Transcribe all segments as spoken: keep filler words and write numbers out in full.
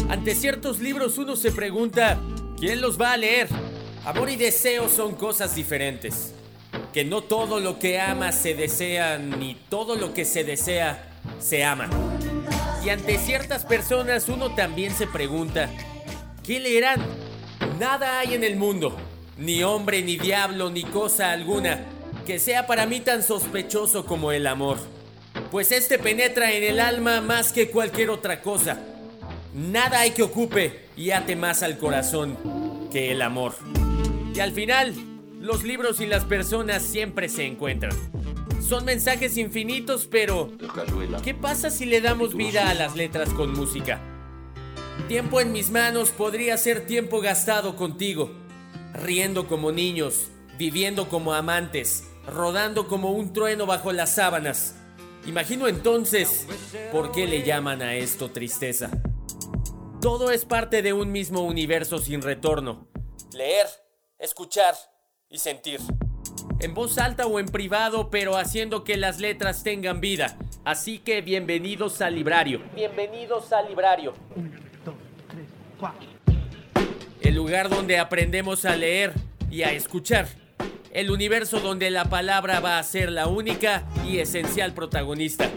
Ante ciertos libros uno se pregunta, ¿quién los va a leer? Amor y deseo son cosas diferentes. Que no todo lo que ama se desea, ni todo lo que se desea se ama. Y ante ciertas personas uno también se pregunta, ¿qué leerán? Nada hay en el mundo, ni hombre, ni diablo, ni cosa alguna, que sea para mí tan sospechoso como el amor. Pues este penetra en el alma más que cualquier otra cosa. Nada hay que ocupe y ate más al corazón que el amor. Y al final, los libros y las personas siempre se encuentran. Son mensajes infinitos, pero ¿qué pasa si le damos vida a las letras con música? Tiempo en mis manos podría ser tiempo gastado contigo, riendo como niños, viviendo como amantes, rodando como un trueno bajo las sábanas. Imagino entonces por qué le llaman a esto tristeza. Todo es parte de un mismo universo sin retorno. Leer, escuchar y sentir. En voz alta o en privado, pero haciendo que las letras tengan vida. Así que bienvenidos al librario. Bienvenidos al librario. Uno, dos, tres, cuatro. El lugar donde aprendemos a leer y a escuchar. El universo donde la palabra va a ser la única y esencial protagonista.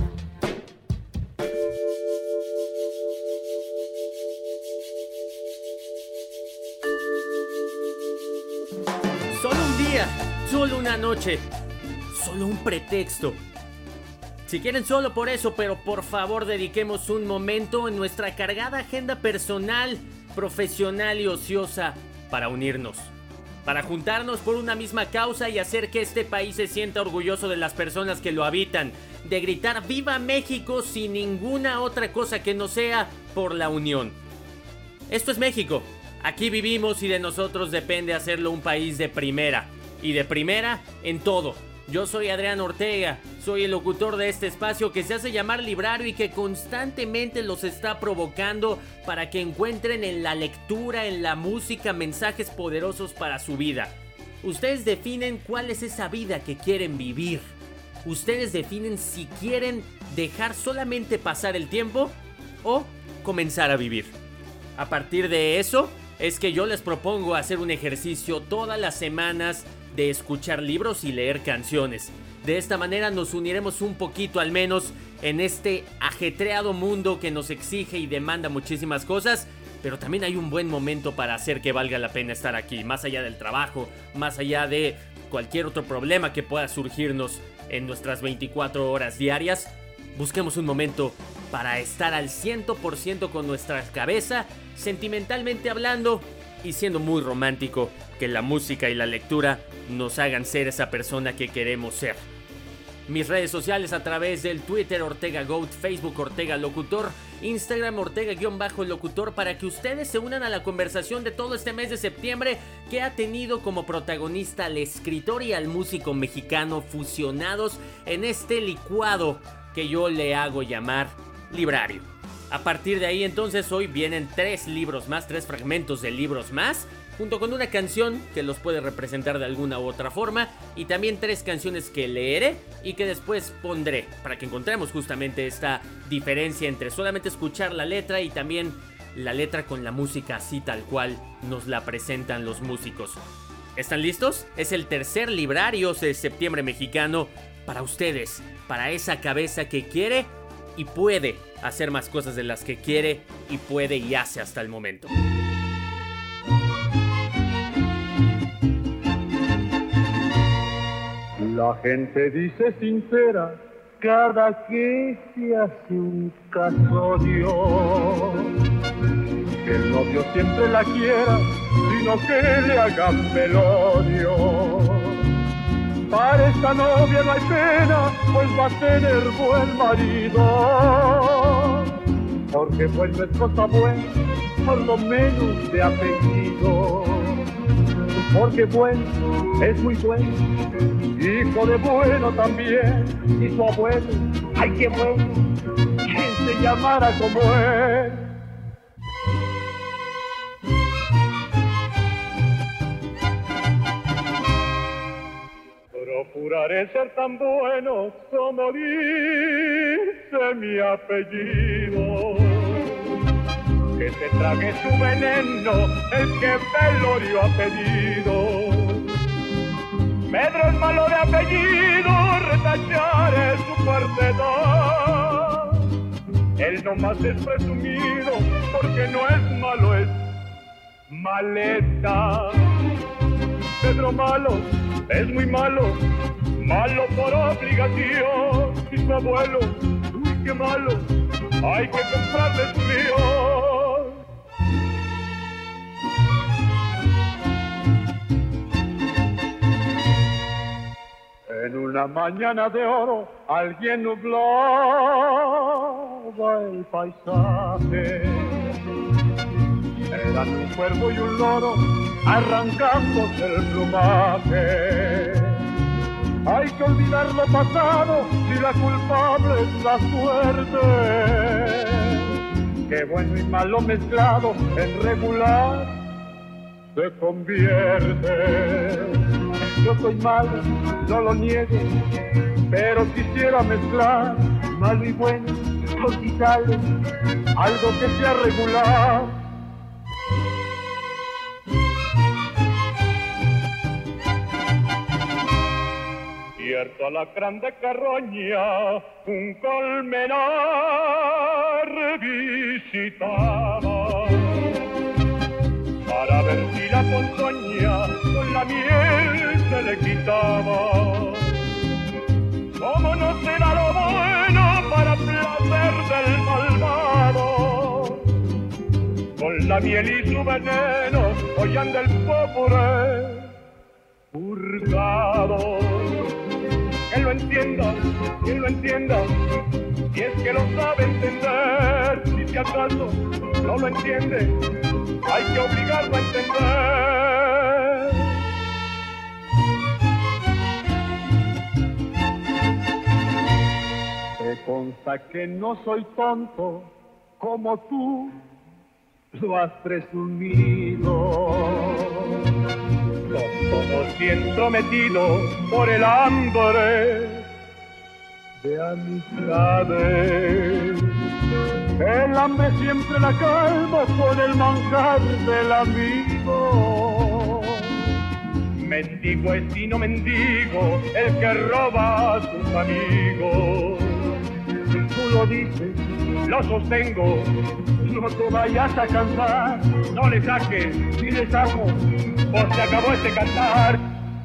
Solo un día, solo una noche, solo un pretexto. Si quieren solo por eso, pero por favor dediquemos un momento en nuestra cargada agenda personal, profesional y ociosa para unirnos. Para juntarnos por una misma causa y hacer que este país se sienta orgulloso de las personas que lo habitan. De gritar ¡Viva México! Sin ninguna otra cosa que no sea por la unión. Esto es México. Aquí vivimos y de nosotros depende hacerlo un país de primera. Y de primera en todo. Yo soy Adrián Ortega, soy el locutor de este espacio que se hace llamar Librario y que constantemente los está provocando para que encuentren en la lectura, en la música, mensajes poderosos para su vida. Ustedes definen cuál es esa vida que quieren vivir. Ustedes definen si quieren dejar solamente pasar el tiempo o comenzar a vivir. A partir de eso es que yo les propongo hacer un ejercicio todas las semanas de escuchar libros y leer canciones. De esta manera nos uniremos un poquito al menos en este ajetreado mundo que nos exige y demanda muchísimas cosas, pero también hay un buen momento para hacer que valga la pena estar aquí, más allá del trabajo, más allá de cualquier otro problema que pueda surgirnos en nuestras veinticuatro horas diarias. Busquemos un momento para estar al cien por ciento con nuestra cabeza, sentimentalmente hablando y siendo muy romántico, que la música y la lectura nos hagan ser esa persona que queremos ser. Mis redes sociales a través del Twitter Ortega Goat, Facebook Ortega Locutor, Instagram Ortega-Locutor, para que ustedes se unan a la conversación de todo este mes de septiembre que ha tenido como protagonista al escritor y al músico mexicano fusionados en este licuado que yo le hago llamar Librario. A partir de ahí entonces hoy vienen tres libros más, tres fragmentos de libros más, junto con una canción que los puede representar de alguna u otra forma, y también tres canciones que leeré y que después pondré, para que encontremos justamente esta diferencia entre solamente escuchar la letra y también la letra con la música así tal cual nos la presentan los músicos. ¿Están listos? Es el tercer librario de septiembre mexicano para ustedes, para esa cabeza que quiere y puede hacer más cosas de las que quiere y puede y hace hasta el momento. La gente dice sincera cada que se hace un casorio, que el novio siempre la quiera, sino que le hagan velorio. Para esta novia no hay pena, pues va a tener buen marido, porque bueno es cosa buena, por lo menos de apellido. Porque bueno es muy bueno, hijo de bueno también, y su abuelo, ay qué bueno, que se llamara como él. Procuraré ser tan bueno como dice mi apellido, que que trague su veneno, el que velorio ha pedido. Pedro es malo de apellido, retachar es su cuarteta. Él nomás es presumido, porque no es malo, es maleta. Pedro malo, es muy malo, malo por obligación. Y su abuelo, uy, qué malo, hay que comprarle su lío. En una mañana de oro, alguien nublaba el paisaje. Eran un cuervo y un loro arrancándose el plumaje. Hay que olvidar lo pasado si la culpable es la suerte. Que bueno y malo mezclado en regular se convierte. Yo soy malo, no lo niego, pero quisiera mezclar malo y bueno, o si sale algo que sea regular. Cierto alacrán de carroña, un colmenar visitaba, para ver si la ponzoña con la miel se le quitaba. ¿Cómo no será lo bueno para placer del malvado? Con la miel y su veneno hoy anda el pobre purgado. Que lo entienda, que lo entienda, si es que lo sabe entender. Si si acaso no lo entiende, hay que obligarlo a entender. Te consta que no soy tonto como tú lo has presumido. Todos bien prometido por el hambre de amistades. El hambre siempre la calma con el manjar del amigo. Mendigo es y no mendigo el que roba a sus amigos. Tú lo dices, lo sostengo, no te vayas a cansar. No le saques, si le saco, pues se acabó este cantar.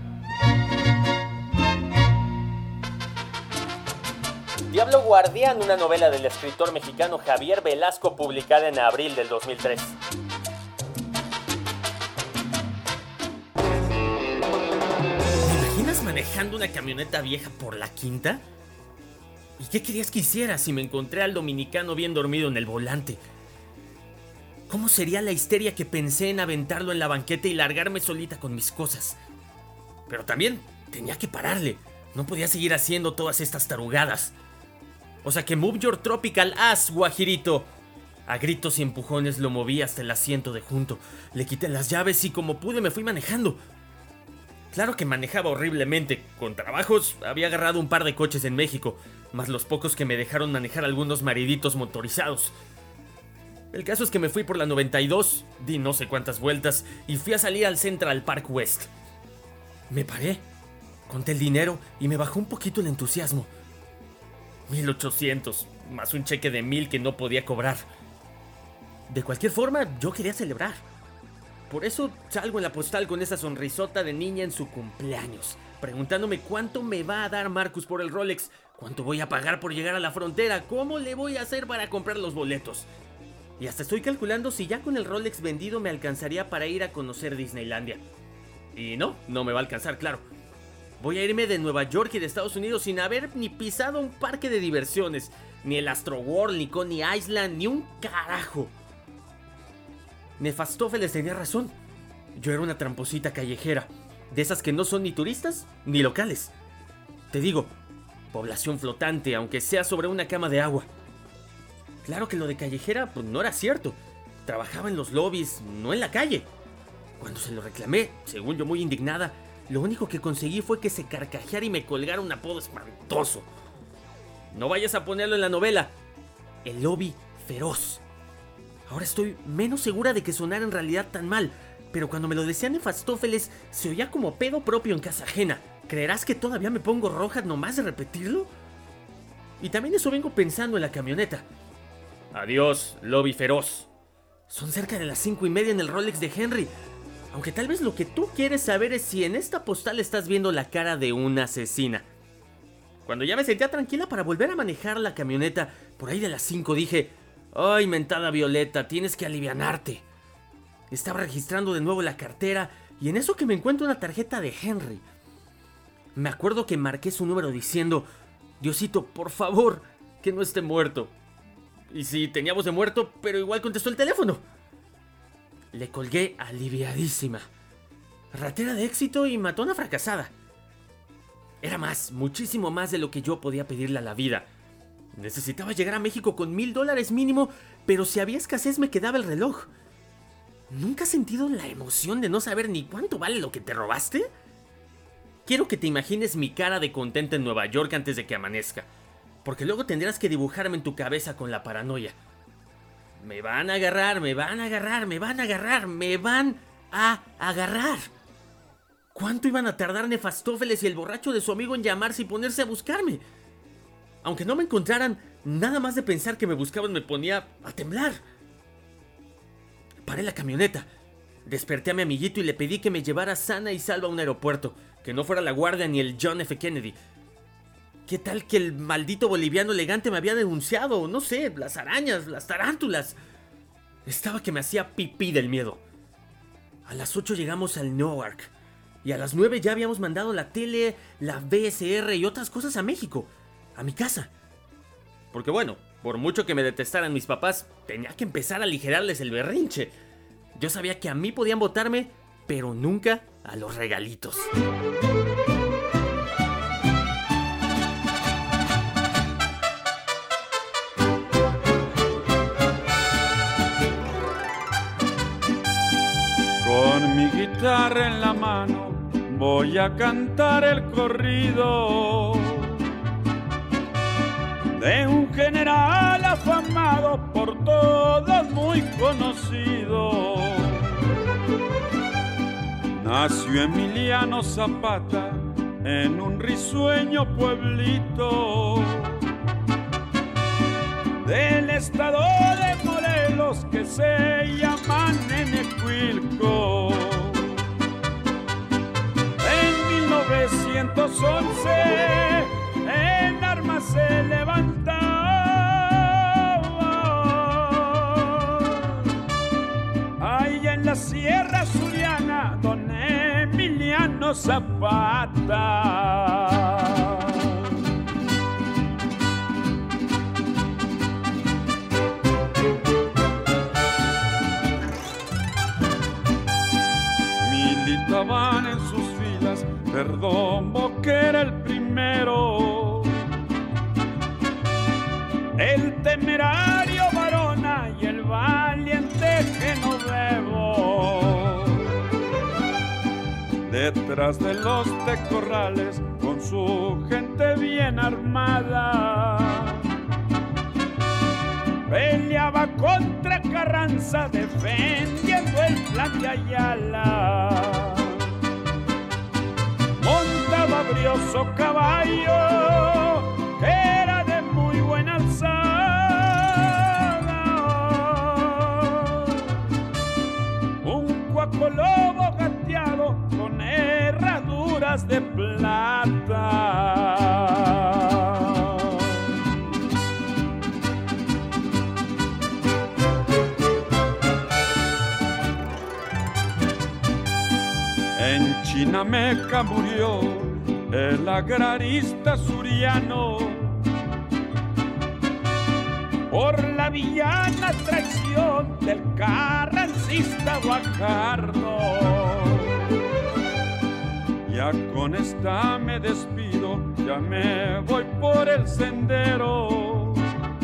Diablo Guardián, una novela del escritor mexicano Javier Velasco, publicada en abril del dos mil tres. ¿Te imaginas manejando una camioneta vieja por la Quinta? ¿Y qué querías que hiciera si me encontré al dominicano bien dormido en el volante? ¿Cómo sería la histeria que pensé en aventarlo en la banqueta y largarme solita con mis cosas? Pero también tenía que pararle. No podía seguir haciendo todas estas tarugadas. O sea que move your tropical ass, guajirito. A gritos y empujones lo moví hasta el asiento de junto. Le quité las llaves y como pude me fui manejando. Claro que manejaba horriblemente. Con trabajos había agarrado un par de coches en México, más los pocos que me dejaron manejar algunos mariditos motorizados. El caso es que me fui por la noventa y dos, di no sé cuántas vueltas y fui a salir al Central Park West. Me paré, conté el dinero y me bajó un poquito el entusiasmo. mil ochocientos, más un cheque de mil que no podía cobrar. De cualquier forma, yo quería celebrar. Por eso salgo en la postal con esa sonrisota de niña en su cumpleaños, preguntándome cuánto me va a dar Marcus por el Rolex, cuánto voy a pagar por llegar a la frontera, cómo le voy a hacer para comprar los boletos. Y hasta estoy calculando si ya con el Rolex vendido me alcanzaría para ir a conocer Disneylandia. Y no, no me va a alcanzar, claro. Voy a irme de Nueva York y de Estados Unidos sin haber ni pisado un parque de diversiones, ni el Astro World, ni Coney Island, ni un carajo. Nefastófeles tenía razón. Yo era una tramposita callejera, de esas que no son ni turistas ni locales. Te digo, población flotante, aunque sea sobre una cama de agua. Claro que lo de callejera pues, no era cierto. Trabajaba en los lobbies, no en la calle. Cuando se lo reclamé, según yo muy indignada, lo único que conseguí fue que se carcajeara y me colgara un apodo espantoso. No vayas a ponerlo en la novela. El lobby feroz. Ahora estoy menos segura de que sonara en realidad tan mal, pero cuando me lo decían Nefastófeles se oía como pedo propio en casa ajena. ¿Creerás que todavía me pongo roja nomás de repetirlo? Y también eso vengo pensando en la camioneta. Adiós, Lobby Feroz. Son cerca de las cinco y media en el Rolex de Henry. Aunque tal vez lo que tú quieres saber es si en esta postal estás viendo la cara de una asesina. Cuando ya me sentía tranquila para volver a manejar la camioneta, por ahí de las cinco dije: ¡ay, mentada Violeta, tienes que alivianarte! Estaba registrando de nuevo la cartera y en eso que me encuentro una tarjeta de Henry. Me acuerdo que marqué su número diciendo: Diosito, por favor, que no esté muerto. Y sí, tenía voz de muerto, pero igual contestó el teléfono. Le colgué aliviadísima. Ratera de éxito y matona fracasada. Era más, muchísimo más de lo que yo podía pedirle a la vida. Necesitaba llegar a México con mil dólares mínimo, pero si había escasez me quedaba el reloj. ¿Nunca has sentido la emoción de no saber ni cuánto vale lo que te robaste? Quiero que te imagines mi cara de contenta en Nueva York antes de que amanezca, porque luego tendrás que dibujarme en tu cabeza con la paranoia. Me van a agarrar, me van a agarrar, me van a agarrar, me van a agarrar. ¿Cuánto iban a tardar Nefastófeles y el borracho de su amigo en llamarse y ponerse a buscarme? Aunque no me encontraran, nada más de pensar que me buscaban me ponía a temblar. Paré la camioneta, desperté a mi amiguito y le pedí que me llevara sana y salva a un aeropuerto, que no fuera la Guardia ni el John F. Kennedy. ¿Qué tal que el maldito boliviano elegante me había denunciado? No sé, las arañas, las tarántulas. Estaba que me hacía pipí del miedo. A las ocho llegamos al Newark. Y a las nueve ya habíamos mandado la tele, la V S R y otras cosas a México. A mi casa. Porque bueno, por mucho que me detestaran mis papás, tenía que empezar a aligerarles el berrinche. Yo sabía que a mí podían votarme, pero nunca a los regalitos. Con mi guitarra en la mano voy a cantar el corrido de un general afamado, por todos muy conocido. Nació Emiliano Zapata en un risueño pueblito del estado de Morelos que se llama Nenecuilco. En mil novecientos once en armas se levantaba allá en la Sierra Zuliana don Emiliano Zapata. Militaban en sus filas Perdomo, que era el primero, el temerario Varona y el valiente Genovevo. Detrás de los tecorrales, con su gente bien armada, peleaba contra Carranza, defendiendo el plan de Ayala. Montaba brioso caballo, que era de muy buena alzada, un cuacolobo gateado con herraduras de plata. En Chinameca murió el agrarista Suriano por la villana traición del carrancista Guajardo. Ya con esta me despido, ya me voy por el sendero.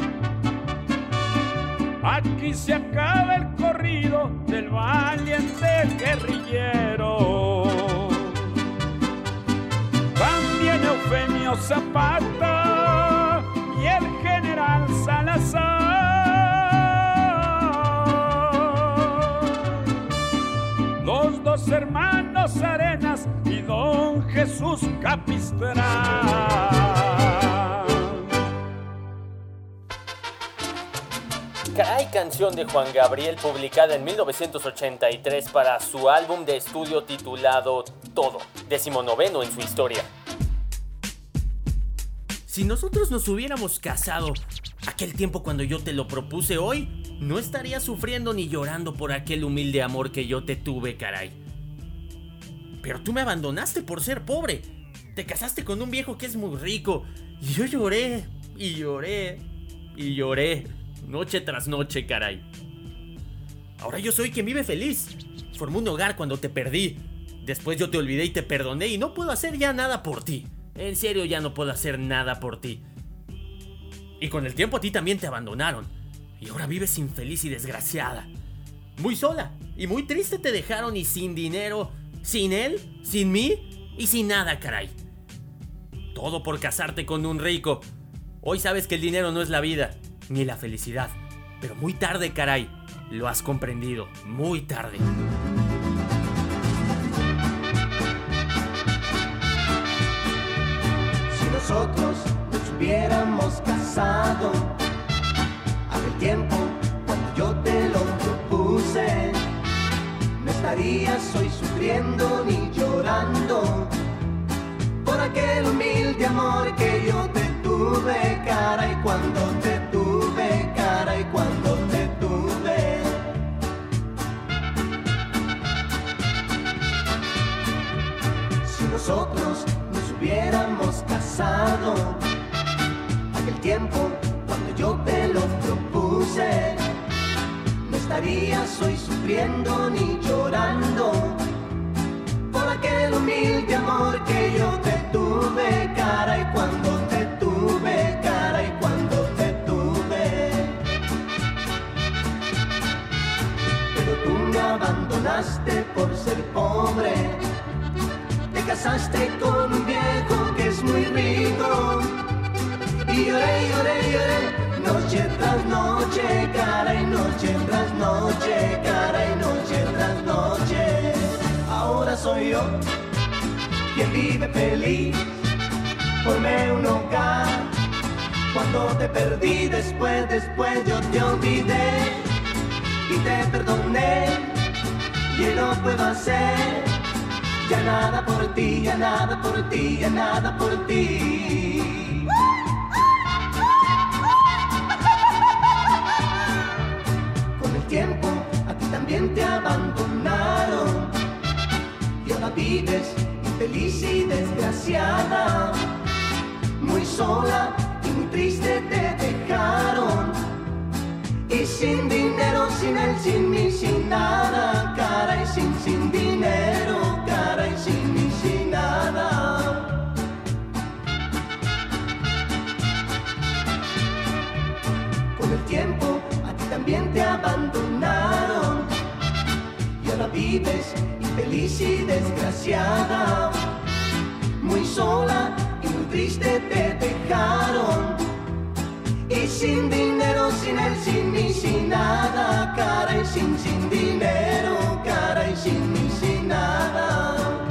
Aquí se acaba el corrido del valiente guerrillero. También Eufemio Zapata y el general Salazar los hermanos Arenas y don Jesús Capistrán. Caray, canción de Juan Gabriel publicada en mil novecientos ochenta y tres para su álbum de estudio titulado Todo, decimonoveno en su historia. Si nosotros nos hubiéramos casado aquel tiempo cuando yo te lo propuse, hoy no estarías sufriendo ni llorando por aquel humilde amor que yo te tuve, caray. Pero tú me abandonaste por ser pobre. Te casaste con un viejo que es muy rico. Y yo lloré, y lloré, y lloré, noche tras noche, caray. Ahora yo soy quien vive feliz. Formé un hogar cuando te perdí. Después yo te olvidé y te perdoné y no puedo hacer ya nada por ti. En serio, ya no puedo hacer nada por ti. Y con el tiempo a ti también te abandonaron. Y ahora vives infeliz y desgraciada. Muy sola y muy triste te dejaron y sin dinero, sin él, sin mí y sin nada, caray. Todo por casarte con un rico. Hoy sabes que el dinero no es la vida, ni la felicidad. Pero muy tarde, caray. Lo has comprendido, muy tarde. Nosotros nos hubiéramos casado aquel tiempo cuando yo te lo propuse, no estarías hoy sufriendo ni llorando por aquel humilde amor que yo te tuve, caray, cuando te tuve, caray, cuando te tuve. Si nosotros hubiéramos casado aquel tiempo cuando yo te lo propuse, no estarías hoy sufriendo ni llorando por aquel humilde amor que yo te tuve, caray, cuando te tuve, caray, cuando te tuve. Pero tú me abandonaste por ser pobre. Te casaste con un viejo que es muy rico. Y lloré, lloré, lloré, noche tras noche, caray, noche tras noche, caray, noche tras noche. Ahora soy yo quien vive feliz, formé un hogar. Cuando te perdí, después, después yo te olvidé y te perdoné. Y no puedo hacer ya nada por ti, ya nada por ti, ya nada por ti. Con el tiempo a ti también te abandonaron y ahora vives infeliz y desgraciada, muy sola y muy triste te dejaron. Y sin dinero, sin él, sin mí, sin nada, caray, sin, sin dinero, caray, sin mí, sin nada. Con el tiempo a ti también te abandonaron y ahora vives infeliz y desgraciada, muy sola y muy triste te dejaron. Y sin dinero, sin él, sin mí, sin nada, caray, sin, sin dinero, caray, sin mí, sin nada.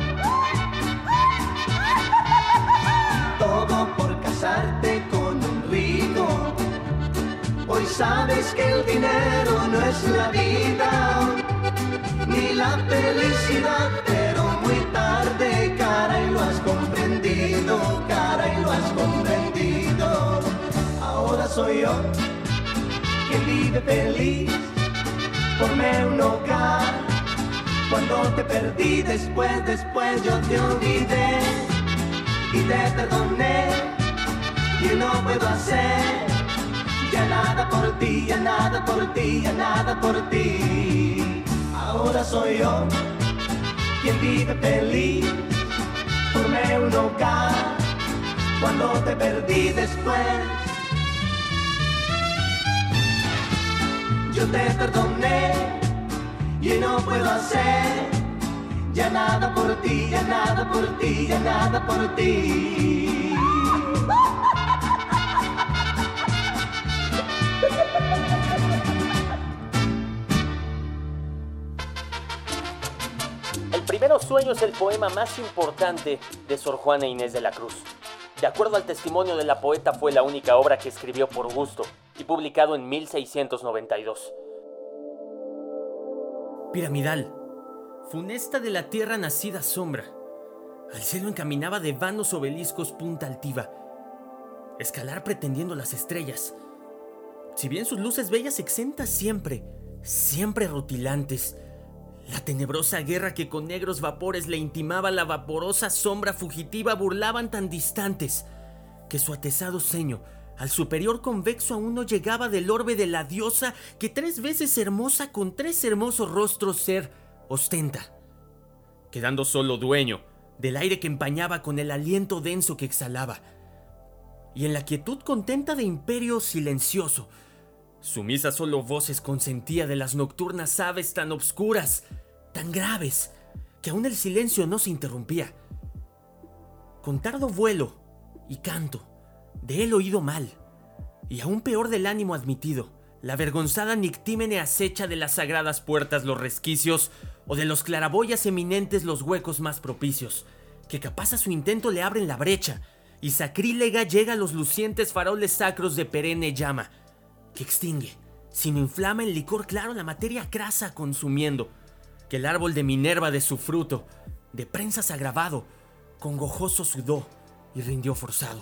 Todo por casarte con un rico. Hoy sabes que el dinero no es la vida, ni la felicidad, pero muy tarde, caray, lo has comprendido, caray, lo has comprendido. Ahora soy yo quien vive feliz, formé un hogar. Cuando te perdí, después, después yo te olvidé y te perdoné. Y no puedo hacer ya nada por ti, ya nada por ti, ya nada por ti. Ahora soy yo quien vive feliz, formé un hogar. Cuando te perdí, después yo te perdoné y no puedo hacer ya nada por ti, ya nada por ti, ya nada por ti. Primero Sueño es el poema más importante de Sor Juana Inés de la Cruz. De acuerdo al testimonio de la poeta, fue la única obra que escribió por gusto y publicado en mil seiscientos noventa y dos. Piramidal, funesta de la tierra nacida sombra, al cielo encaminaba de vanos obeliscos punta altiva, escalar pretendiendo las estrellas. Si bien sus luces bellas exentas siempre, siempre rutilantes, la tenebrosa guerra que con negros vapores le intimaba la vaporosa sombra fugitiva burlaban tan distantes que su atezado ceño al superior convexo aún no llegaba del orbe de la diosa que tres veces hermosa con tres hermosos rostros ser ostenta, quedando solo dueño del aire que empañaba con el aliento denso que exhalaba, y en la quietud contenta de imperio silencioso, sumisa solo voces consentía de las nocturnas aves tan obscuras, tan graves, que aún el silencio no se interrumpía. Con tardo vuelo y canto, de él oído mal, y aún peor del ánimo admitido, la avergonzada nictímene acecha de las sagradas puertas los resquicios, o de los claraboyas eminentes los huecos más propicios, que capaz a su intento le abren la brecha, y sacrílega llega a los lucientes faroles sacros de perenne llama, que extingue, sino inflama en licor claro la materia crasa consumiendo, que el árbol de Minerva de su fruto, de prensas agravado, congojoso sudó y rindió forzado.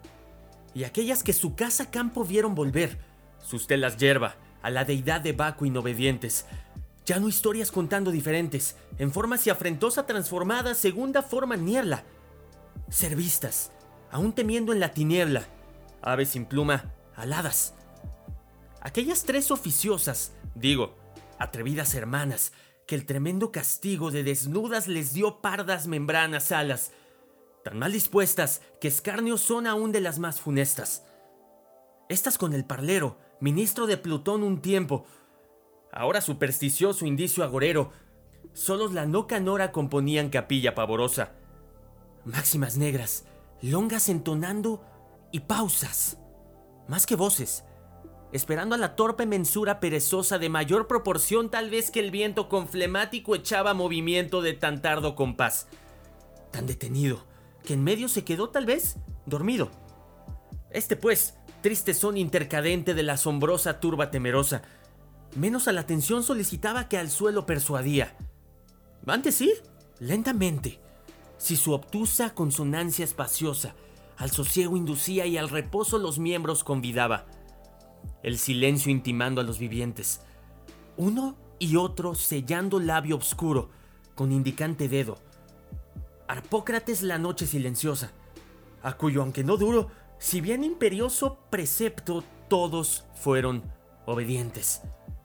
Y aquellas que su casa campo vieron volver, sus telas yerba, a la deidad de Baco inobedientes, ya no historias contando diferentes, en formas y afrentosa transformada segunda forma niebla, ser vistas, aún temiendo en la tiniebla, aves sin pluma, aladas. Aquellas tres oficiosas, digo, atrevidas hermanas, que el tremendo castigo de desnudas les dio pardas membranas alas, tan mal dispuestas que escarnio son aún de las más funestas. Estas con el parlero, ministro de Plutón un tiempo, ahora supersticioso indicio agorero, solos la no canora componían capilla pavorosa. Máximas negras, longas entonando y pausas, más que voces, esperando a la torpe mensura perezosa de mayor proporción tal vez que el viento con flemático echaba movimiento de tan tardo compás, tan detenido, que en medio se quedó tal vez dormido. Este pues, triste son intercadente de la asombrosa turba temerosa, menos a la atención solicitaba que al suelo persuadía. Antes sí, lentamente, si su obtusa consonancia espaciosa al sosiego inducía y al reposo los miembros convidaba. El silencio intimando a los vivientes, uno y otro sellando labio obscuro con indicante dedo. Harpócrates la noche silenciosa, a cuyo aunque no duro, si bien imperioso precepto, todos fueron obedientes.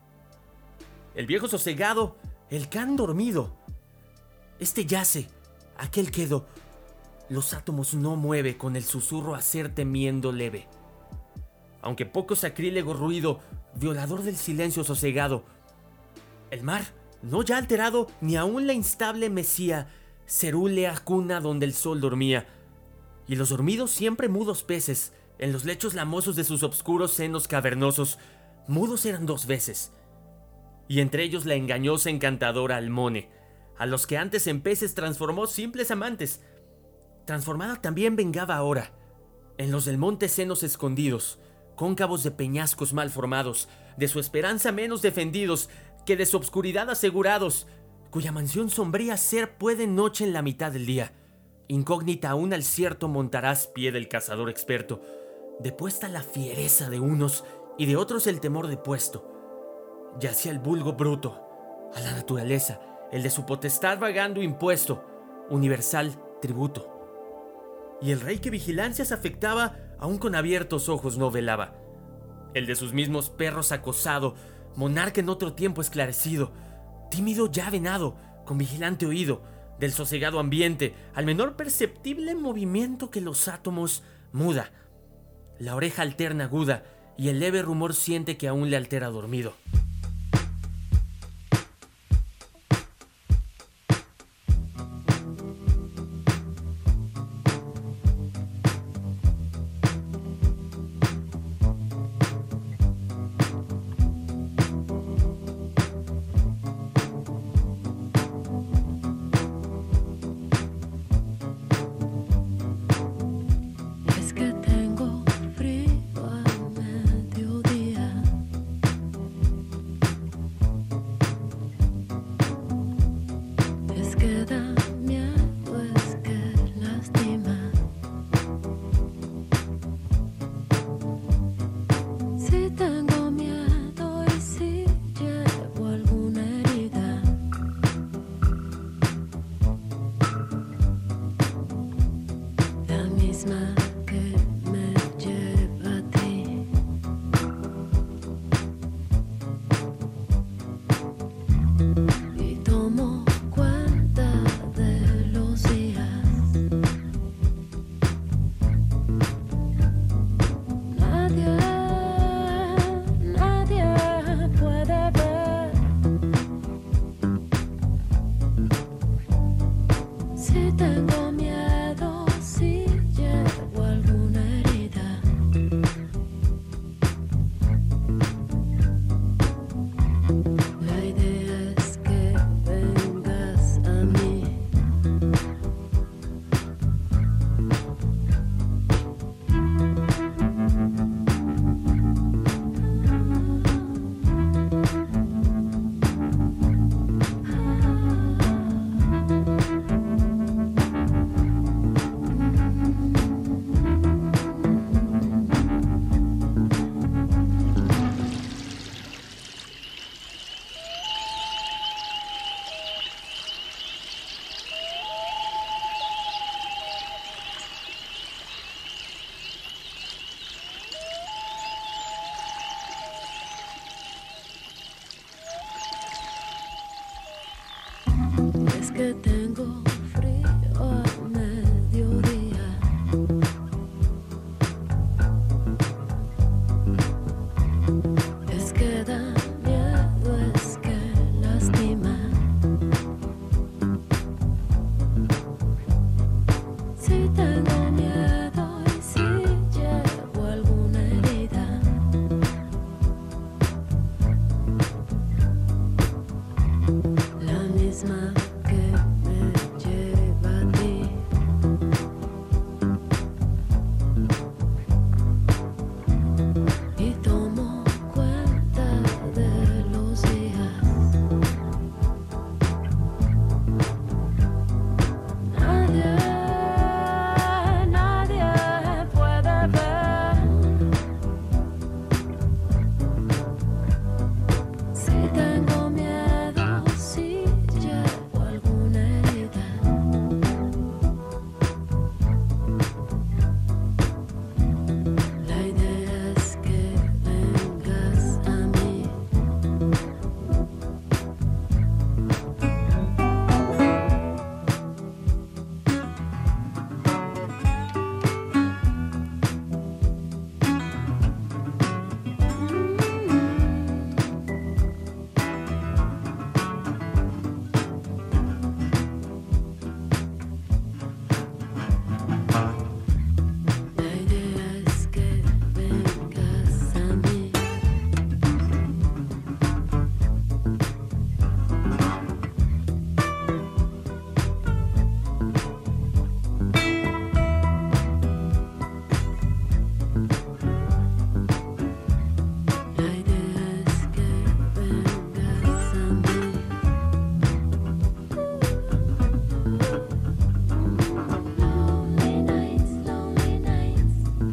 El viejo sosegado, el can dormido, este yace, aquel quedo, los átomos no mueve con el susurro hacer temiendo leve. Aunque poco sacrílego ruido, violador del silencio sosegado, el mar, no ya alterado, ni aún la instable mesía, cerúlea cuna donde el sol dormía, y los dormidos siempre mudos peces, en los lechos lamosos de sus obscuros senos cavernosos, mudos eran dos veces, y entre ellos la engañosa encantadora Almone, a los que antes en peces transformó simples amantes, transformada también vengaba ahora, en los del monte senos escondidos, cóncavos de peñascos mal formados, de su esperanza menos defendidos, que de su obscuridad asegurados, cuya mansión sombría ser puede noche en la mitad del día, incógnita aún al cierto montaraz pie del cazador experto, depuesta la fiereza de unos y de otros el temor depuesto, yacía el vulgo bruto, a la naturaleza, el de su potestad vagando impuesto, universal tributo. Y el rey que vigilancias afectaba, aún con abiertos ojos no velaba, el de sus mismos perros acosado, monarca en otro tiempo esclarecido, tímido ya venado, con vigilante oído, del sosegado ambiente, al menor perceptible movimiento que los átomos muda, la oreja alterna aguda, y el leve rumor siente que aún le altera dormido. y tomo cuenta de los días. Nadie, nadie puede ver si tengo miedo, si llevo alguna herida. La idea es que vengas a mí. Es que tengo frío a mediodía. Es que da miedo, es que lastima. Si tengo miedo y si llevo alguna herida. La misma que me lleva a ti. Y tomo cuenta de los días. Nadie, nadie puede ver si tengo miedo, si llevo alguna herida. La idea es que vengas a mí. La idea es que vengas a mí. La idea es que vengas a mí. Lonely nights, lonely nights.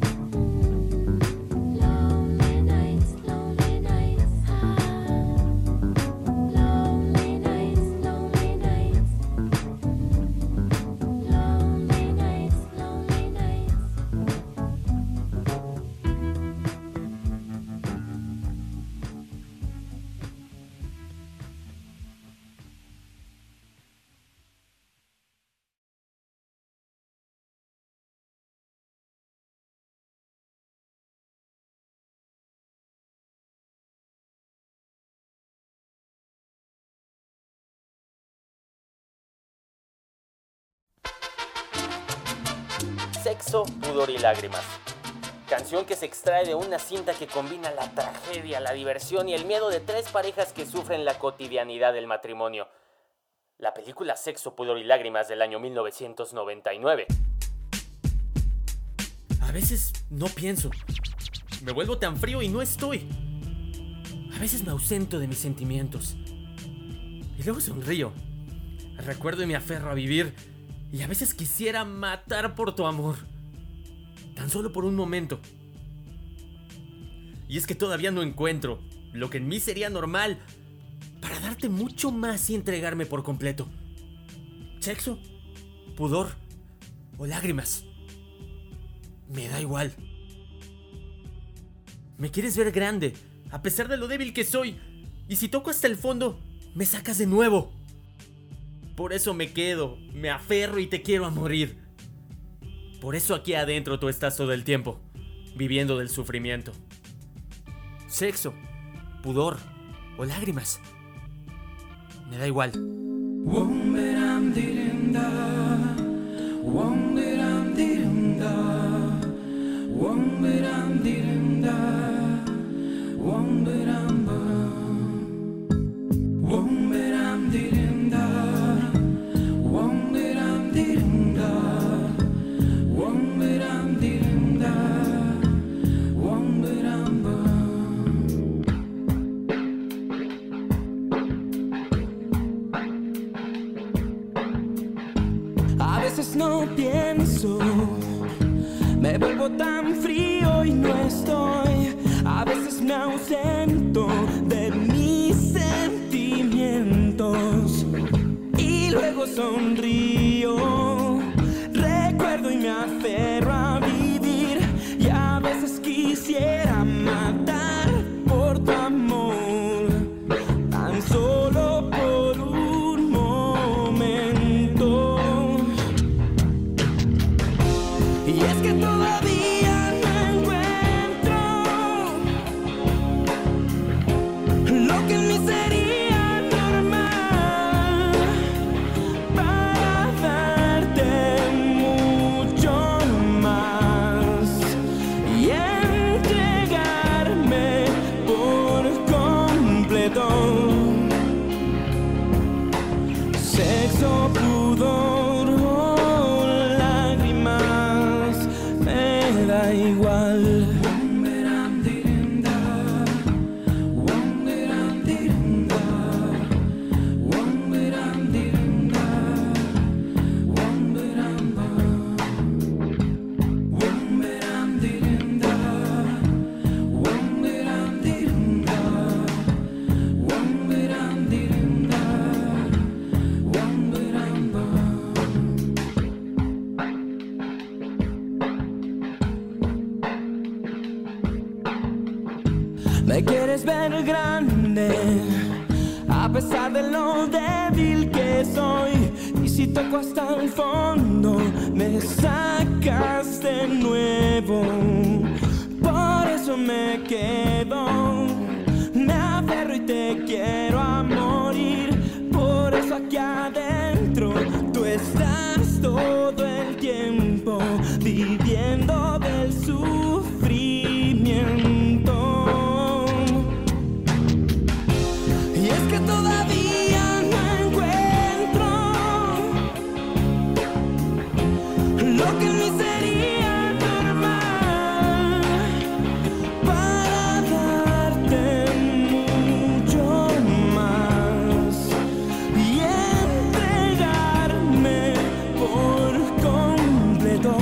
Lonely nights, lonely nights. Lonely nights, lonely nights. Lonely nights, lonely nights. Sexo, pudor y lágrimas. Canción que se extrae de una cinta que combina la tragedia, la diversión y el miedo de tres parejas que sufren la cotidianidad del matrimonio. La película Sexo, pudor y lágrimas del año mil novecientos noventa y nueve. A veces no pienso. Me vuelvo tan frío y no estoy. A veces me ausento de mis sentimientos. Y luego sonrío. Recuerdo y me aferro a vivir. Y a veces quisiera matar por tu amor. Tan solo por un momento. Y es que todavía no encuentro lo que en mí sería normal para darte mucho más y entregarme por completo. Sexo, pudor o lágrimas. Me da igual. Me quieres ver grande, a pesar de lo débil que soy. Y si toco hasta el fondo, me sacas de nuevo. Por eso me quedo, me aferro y te quiero a morir. Por eso aquí adentro tú estás todo el tiempo, viviendo del sufrimiento. Sexo, pudor o lágrimas. Me da igual. A veces no pienso, me vuelvo tan frío y no estoy. A veces me ausento de mis sentimientos y luego sonrío. Recuerdo y me aferro a vivir, y a veces quisiera matar por tu amor, tan solo por un momento. Y es que todavía no encuentro lo que en mí sería normal para darte mucho más y entregarme por completo. Sexo, pudor o lágrimas, me da igual. Me quieres ver grande, a pesar de lo débil que soy. Y si toco hasta el fondo, me sacas de nuevo. Por eso me quedo, me aferro y te quiero a morir. Por eso aquí adentro tú estás todo el tiempo, viviendo del sufrimiento. Y es que todavía no encuentro lo que en mí sería normal para darte mucho más y entregarme por completo.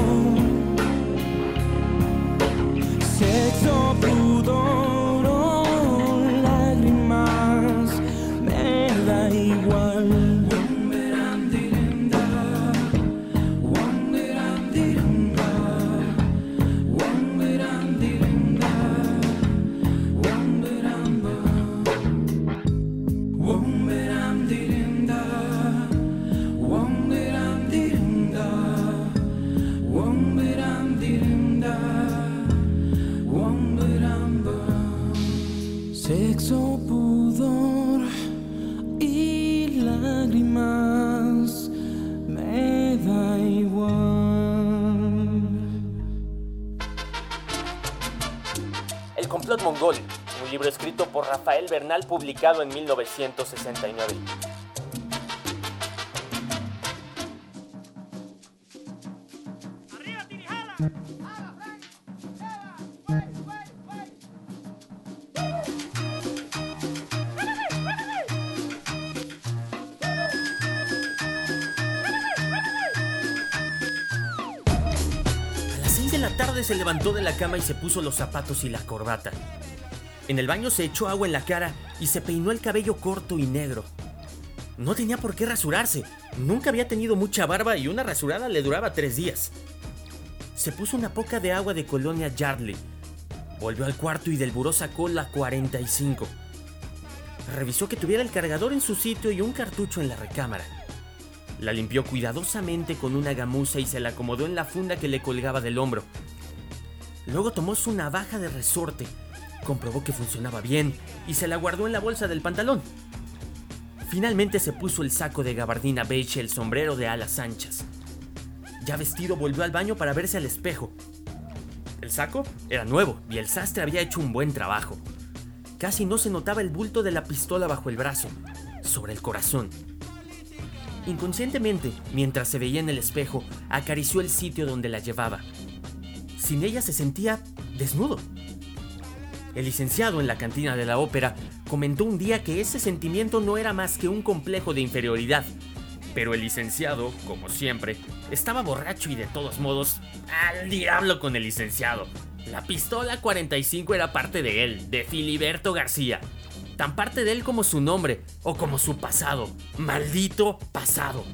Sexo, pudor o lágrimas, me da igual. Sexo, pudor y lágrimas, me da igual. El complot mongol, un libro escrito por Rafael Bernal, publicado en mil novecientos sesenta y nueve. La tarde se levantó de la cama y se puso los zapatos y la corbata. En el baño se echó agua en la cara y se peinó el cabello corto y negro. No tenía por qué rasurarse. Nunca había tenido mucha barba y una rasurada le duraba tres días. Se puso una poca de agua de colonia Yardley. Volvió al cuarto y del buró sacó la cuarenta y cinco. Revisó que tuviera el cargador en su sitio y un cartucho en la recámara. La limpió cuidadosamente con una gamuza y se la acomodó en la funda que le colgaba del hombro. Luego tomó su navaja de resorte, comprobó que funcionaba bien y se la guardó en la bolsa del pantalón. Finalmente se puso el saco de gabardina beige y el sombrero de alas anchas. Ya vestido, volvió al baño para verse al espejo. El saco era nuevo y el sastre había hecho un buen trabajo. Casi no se notaba el bulto de la pistola bajo el brazo, sobre el corazón. Inconscientemente, mientras se veía en el espejo, acarició el sitio donde la llevaba. Sin ella se sentía desnudo. El licenciado en la cantina de la ópera comentó un día que ese sentimiento no era más que un complejo de inferioridad. Pero el licenciado, como siempre, estaba borracho y de todos modos, ¡al diablo con el licenciado! La pistola cuarenta y cinco era parte de él, de Filiberto García. Tan parte de él como su nombre, o como su pasado. ¡Maldito pasado!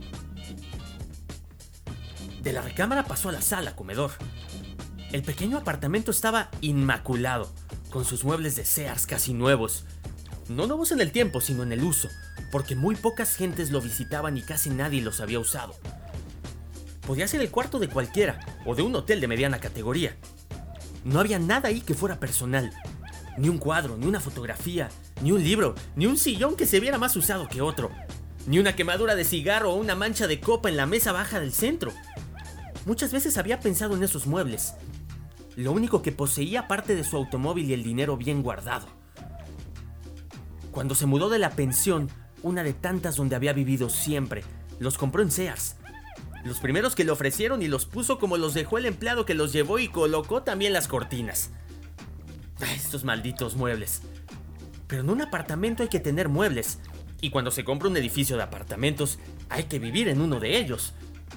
De la recámara pasó a la sala, comedor. El pequeño apartamento estaba inmaculado, con sus muebles de Sears casi nuevos. No nuevos en el tiempo, sino en el uso, porque muy pocas gentes lo visitaban y casi nadie los había usado. Podía ser el cuarto de cualquiera, o de un hotel de mediana categoría. No había nada ahí que fuera personal. Ni un cuadro, ni una fotografía, ni un libro, ni un sillón que se viera más usado que otro. Ni una quemadura de cigarro o una mancha de copa en la mesa baja del centro. Muchas veces había pensado en esos muebles. Lo único que poseía aparte de su automóvil y el dinero bien guardado. Cuando se mudó de la pensión, una de tantas donde había vivido siempre, los compró en Sears. Los primeros que le ofrecieron y los puso como los dejó el empleado que los llevó y colocó también las cortinas. Ay, estos malditos muebles. Pero en un apartamento hay que tener muebles. Y cuando se compra un edificio de apartamentos, hay que vivir en uno de ellos.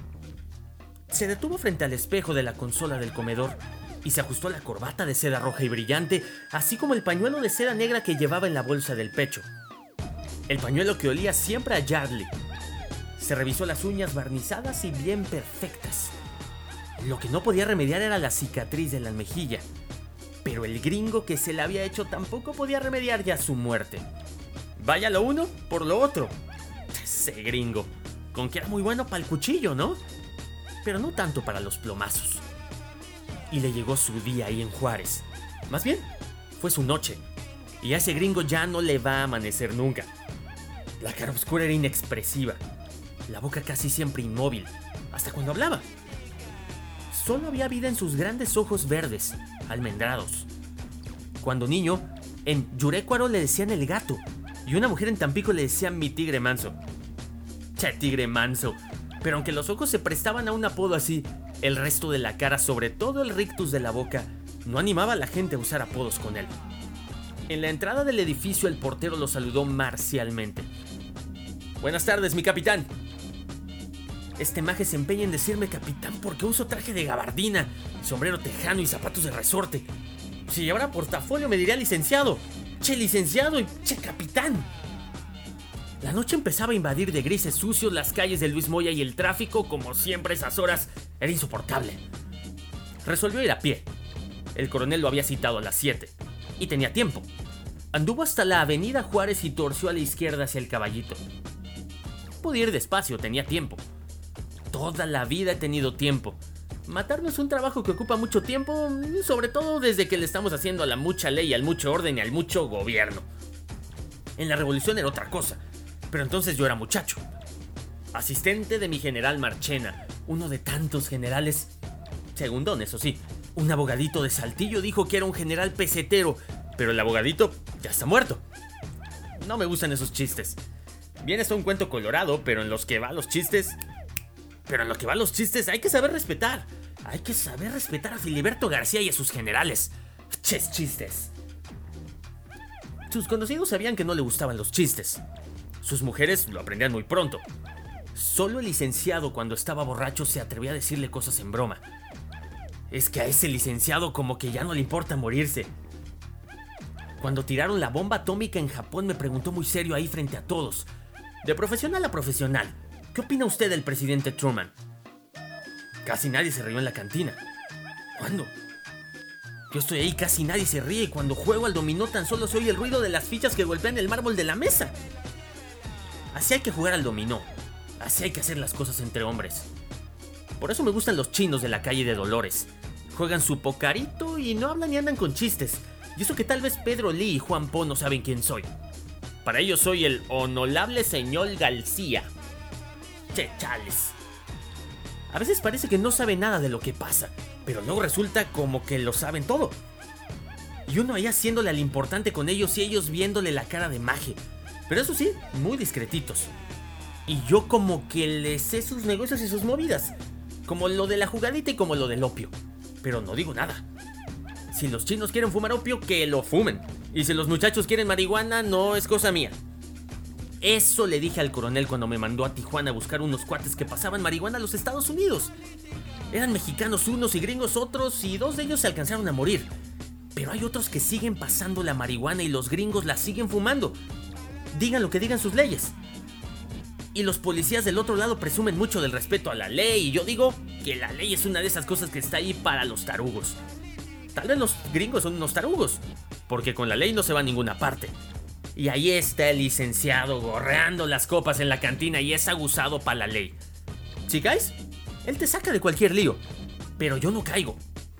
Se detuvo frente al espejo de la consola del comedor y se ajustó la corbata de seda roja y brillante, así como el pañuelo de seda negra que llevaba en la bolsa del pecho. El pañuelo que olía siempre a Yardley. Se revisó las uñas barnizadas y bien perfectas. Lo que no podía remediar era la cicatriz de la mejilla. Pero el gringo que se la había hecho tampoco podía remediar ya su muerte. Vaya lo uno por lo otro. Ese gringo, con que era muy bueno para el cuchillo, ¿no? Pero no tanto para los plomazos. Y le llegó su día ahí en Juárez. Más bien, fue su noche. Y a ese gringo ya no le va a amanecer nunca. La cara oscura era inexpresiva. La boca casi siempre inmóvil, hasta cuando hablaba. Solo había vida en sus grandes ojos verdes, almendrados. Cuando niño, en Yurécuaro le decían el gato, y una mujer en Tampico le decían mi tigre manso. Che, tigre manso. Pero aunque los ojos se prestaban a un apodo así, el resto de la cara, sobre todo el rictus de la boca, no animaba a la gente a usar apodos con él. En la entrada del edificio el portero lo saludó marcialmente. Buenas tardes, mi capitán. Este maje se empeña en decirme capitán porque uso traje de gabardina, sombrero tejano y zapatos de resorte. Si llevara portafolio me diría licenciado. Che, licenciado y che, capitán. La noche empezaba a invadir de grises sucios las calles de Luis Moya y el tráfico, como siempre a esas horas, era insoportable. Resolvió ir a pie. El coronel lo había citado a las siete. Y tenía tiempo. Anduvo hasta la avenida Juárez y torció a la izquierda hacia el Caballito. Podía ir despacio, tenía tiempo. Toda la vida he tenido tiempo. Matar no es un trabajo que ocupa mucho tiempo, sobre todo desde que le estamos haciendo a la mucha ley, al mucho orden y al mucho gobierno. En la revolución era otra cosa, pero entonces yo era muchacho. Asistente de mi general Marchena, uno de tantos generales. Segundón, eso sí. Un abogadito de Saltillo dijo que era un general pesetero, pero el abogadito ya está muerto. No me gustan esos chistes. Bien, es un cuento colorado, pero en los que va los chistes... Pero en lo que va los chistes hay que saber respetar. Hay que saber respetar a Filiberto García y a sus generales. Ches chistes. Sus conocidos sabían que no le gustaban los chistes. Sus mujeres lo aprendían muy pronto. Solo el licenciado, cuando estaba borracho, se atrevía a decirle cosas en broma. Es que a ese licenciado como que ya no le importa morirse. Cuando tiraron la bomba atómica en Japón me preguntó muy serio ahí frente a todos. De profesional a profesional. ¿Qué opina usted del presidente Truman? Casi nadie se rió en la cantina. ¿Cuándo? Yo estoy ahí, casi nadie se ríe y cuando juego al dominó tan solo se oye el ruido de las fichas que golpean el mármol de la mesa. Así hay que jugar al dominó. Así hay que hacer las cosas entre hombres. Por eso me gustan los chinos de la calle de Dolores. Juegan su pocarito y no hablan ni andan con chistes. Y eso que tal vez Pedro Lee y Juan Po no saben quién soy. Para ellos soy el honorable señor García. Che, chales. A veces parece que no saben nada de lo que pasa, pero luego resulta como que lo saben todo. Y uno ahí haciéndole al importante con ellos y ellos viéndole la cara de maje. Pero eso sí, muy discretitos. Y yo como que les sé sus negocios y sus movidas. Como lo de la jugadita y como lo del opio. Pero no digo nada. Si los chinos quieren fumar opio, que lo fumen. Y si los muchachos quieren marihuana, no es cosa mía. Eso le dije al coronel cuando me mandó a Tijuana a buscar unos cuates que pasaban marihuana a los Estados Unidos. Eran mexicanos unos y gringos otros y dos de ellos se alcanzaron a morir. Pero hay otros que siguen pasando la marihuana y los gringos la siguen fumando. Digan lo que digan sus leyes. Y los policías del otro lado presumen mucho del respeto a la ley y yo digo que la ley es una de esas cosas que está ahí para los tarugos. Tal vez los gringos son unos tarugos, porque con la ley no se va a ninguna parte. Y ahí está el licenciado gorreando las copas en la cantina y es aguzado para la ley. ¿Sí caes? Él te saca de cualquier lío, pero yo no caigo.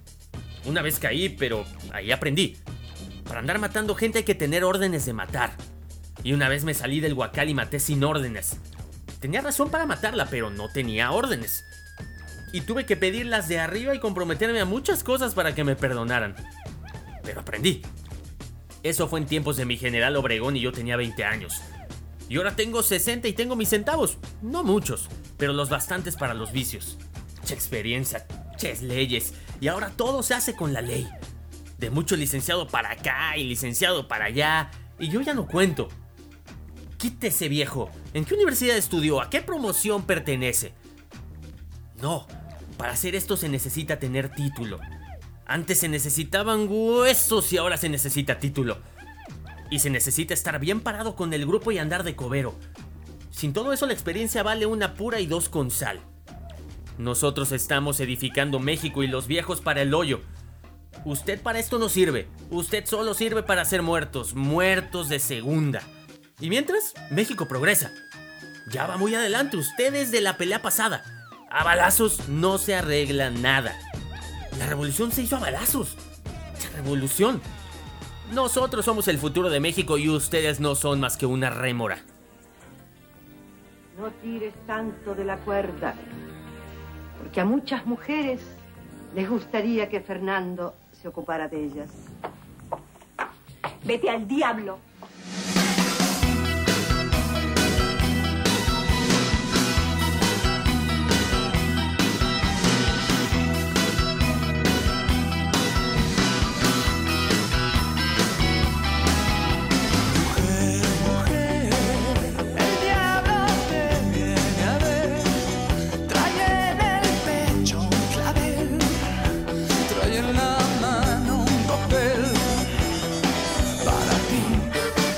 Una vez caí, pero ahí aprendí. Para andar matando gente hay que tener órdenes de matar. Y una vez me salí del huacal y maté sin órdenes. Tenía razón para matarla, pero no tenía órdenes. Y tuve que pedirlas de arriba y comprometerme a muchas cosas para que me perdonaran. Pero aprendí. Eso fue en tiempos de mi general Obregón y yo tenía veinte años. Y ahora tengo sesenta y tengo mis centavos. No muchos, pero los bastantes para los vicios. Che experiencia, ches leyes. Y ahora todo se hace con la ley. De mucho licenciado para acá y licenciado para allá. Y yo ya no cuento. Quítese, viejo. ¿En qué universidad estudió? ¿A qué promoción pertenece? No, para hacer esto se necesita tener título. Antes se necesitaban huesos y ahora se necesita título. Y se necesita estar bien parado con el grupo y andar de cobero. Sin todo eso la experiencia vale una pura y dos con sal. Nosotros estamos edificando México y los viejos para el hoyo. Usted para esto no sirve. Usted solo sirve para ser muertos, muertos de segunda. Y mientras, México progresa. Ya va muy adelante, ustedes de la pelea pasada. A balazos no se arregla nada. La revolución se hizo a balazos. ¡Qué revolución! Nosotros somos el futuro de México y ustedes no son más que una rémora. No tires tanto de la cuerda, porque a muchas mujeres les gustaría que Fernando se ocupara de ellas. Vete al diablo. Trae en la mano un papel para ti.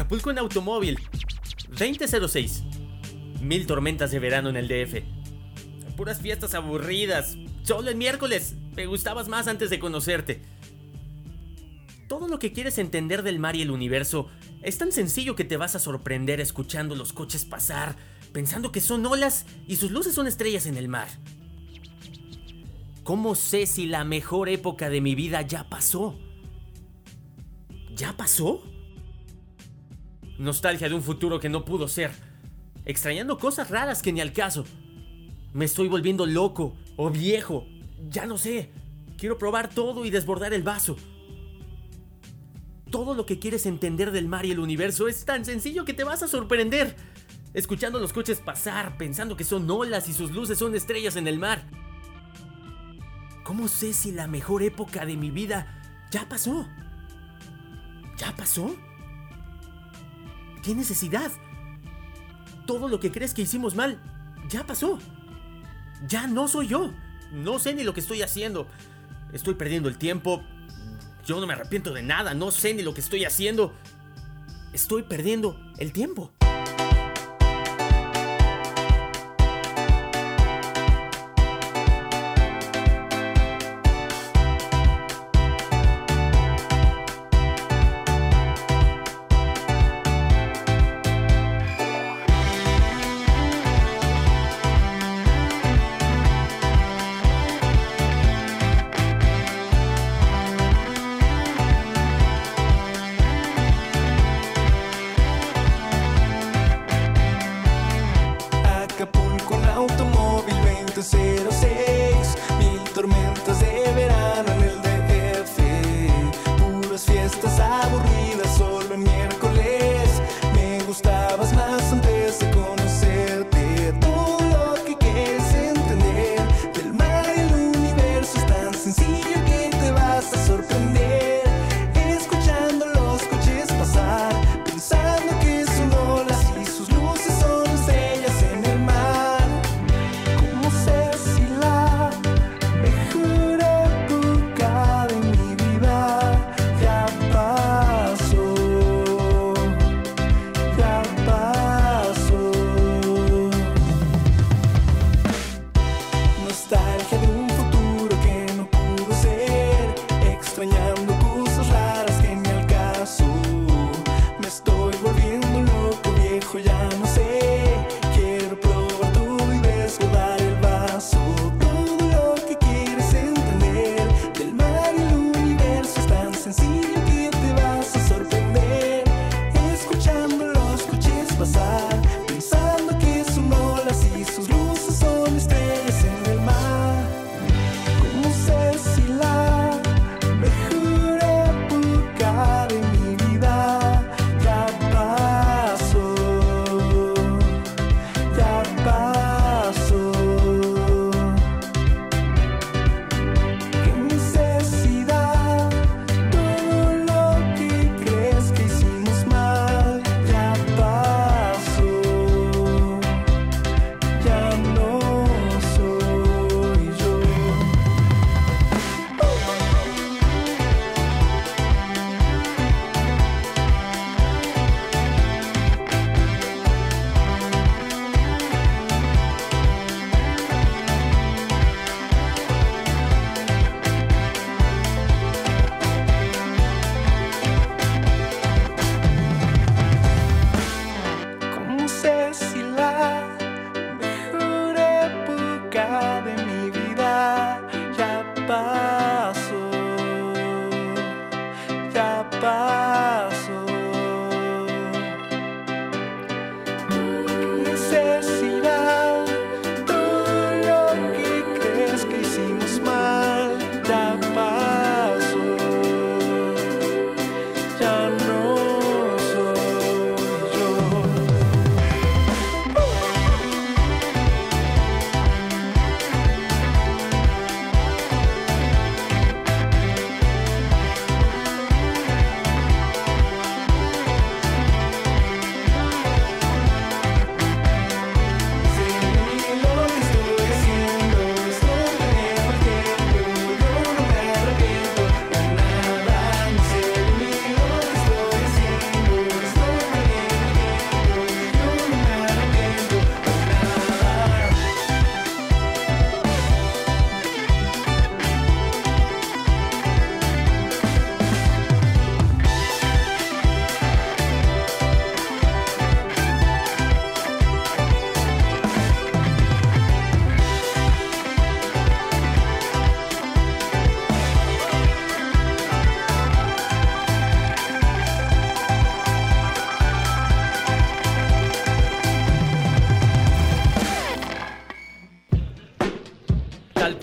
Acapulco en automóvil. veinte cero seis. Mil tormentas de verano en el D F. Puras fiestas aburridas. Solo el miércoles. Me gustabas más antes de conocerte. Todo lo que quieres entender del mar y el universo es tan sencillo que te vas a sorprender escuchando los coches pasar, pensando que son olas y sus luces son estrellas en el mar. ¿Cómo sé si la mejor época de mi vida ya pasó? ¿Ya pasó? Nostalgia de un futuro que no pudo ser. Extrañando cosas raras que ni al caso. Me estoy volviendo loco o viejo. Ya no sé. Quiero probar todo y desbordar el vaso. Todo lo que quieres entender del mar y el universo es tan sencillo que te vas a sorprender. Escuchando los coches pasar, pensando que son olas y sus luces son estrellas en el mar. ¿Cómo sé si la mejor época de mi vida ya pasó? ¿Ya pasó? ¿Qué necesidad? Todo lo que crees que hicimos mal ya pasó. Ya no soy yo. No sé ni lo que estoy haciendo. Estoy perdiendo el tiempo. Yo no me arrepiento de nada. No sé ni lo que estoy haciendo. Estoy perdiendo el tiempo.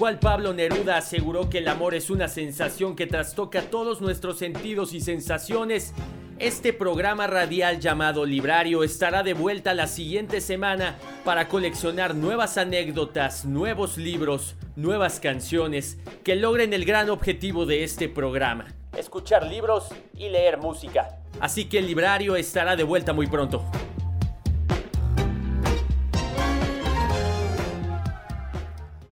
cual Pablo Neruda aseguró que el amor es una sensación que trastoca todos nuestros sentidos y sensaciones, este programa radial llamado Librario estará de vuelta la siguiente semana para coleccionar nuevas anécdotas, nuevos libros, nuevas canciones que logren el gran objetivo de este programa: escuchar libros y leer música. Así que el Librario estará de vuelta muy pronto.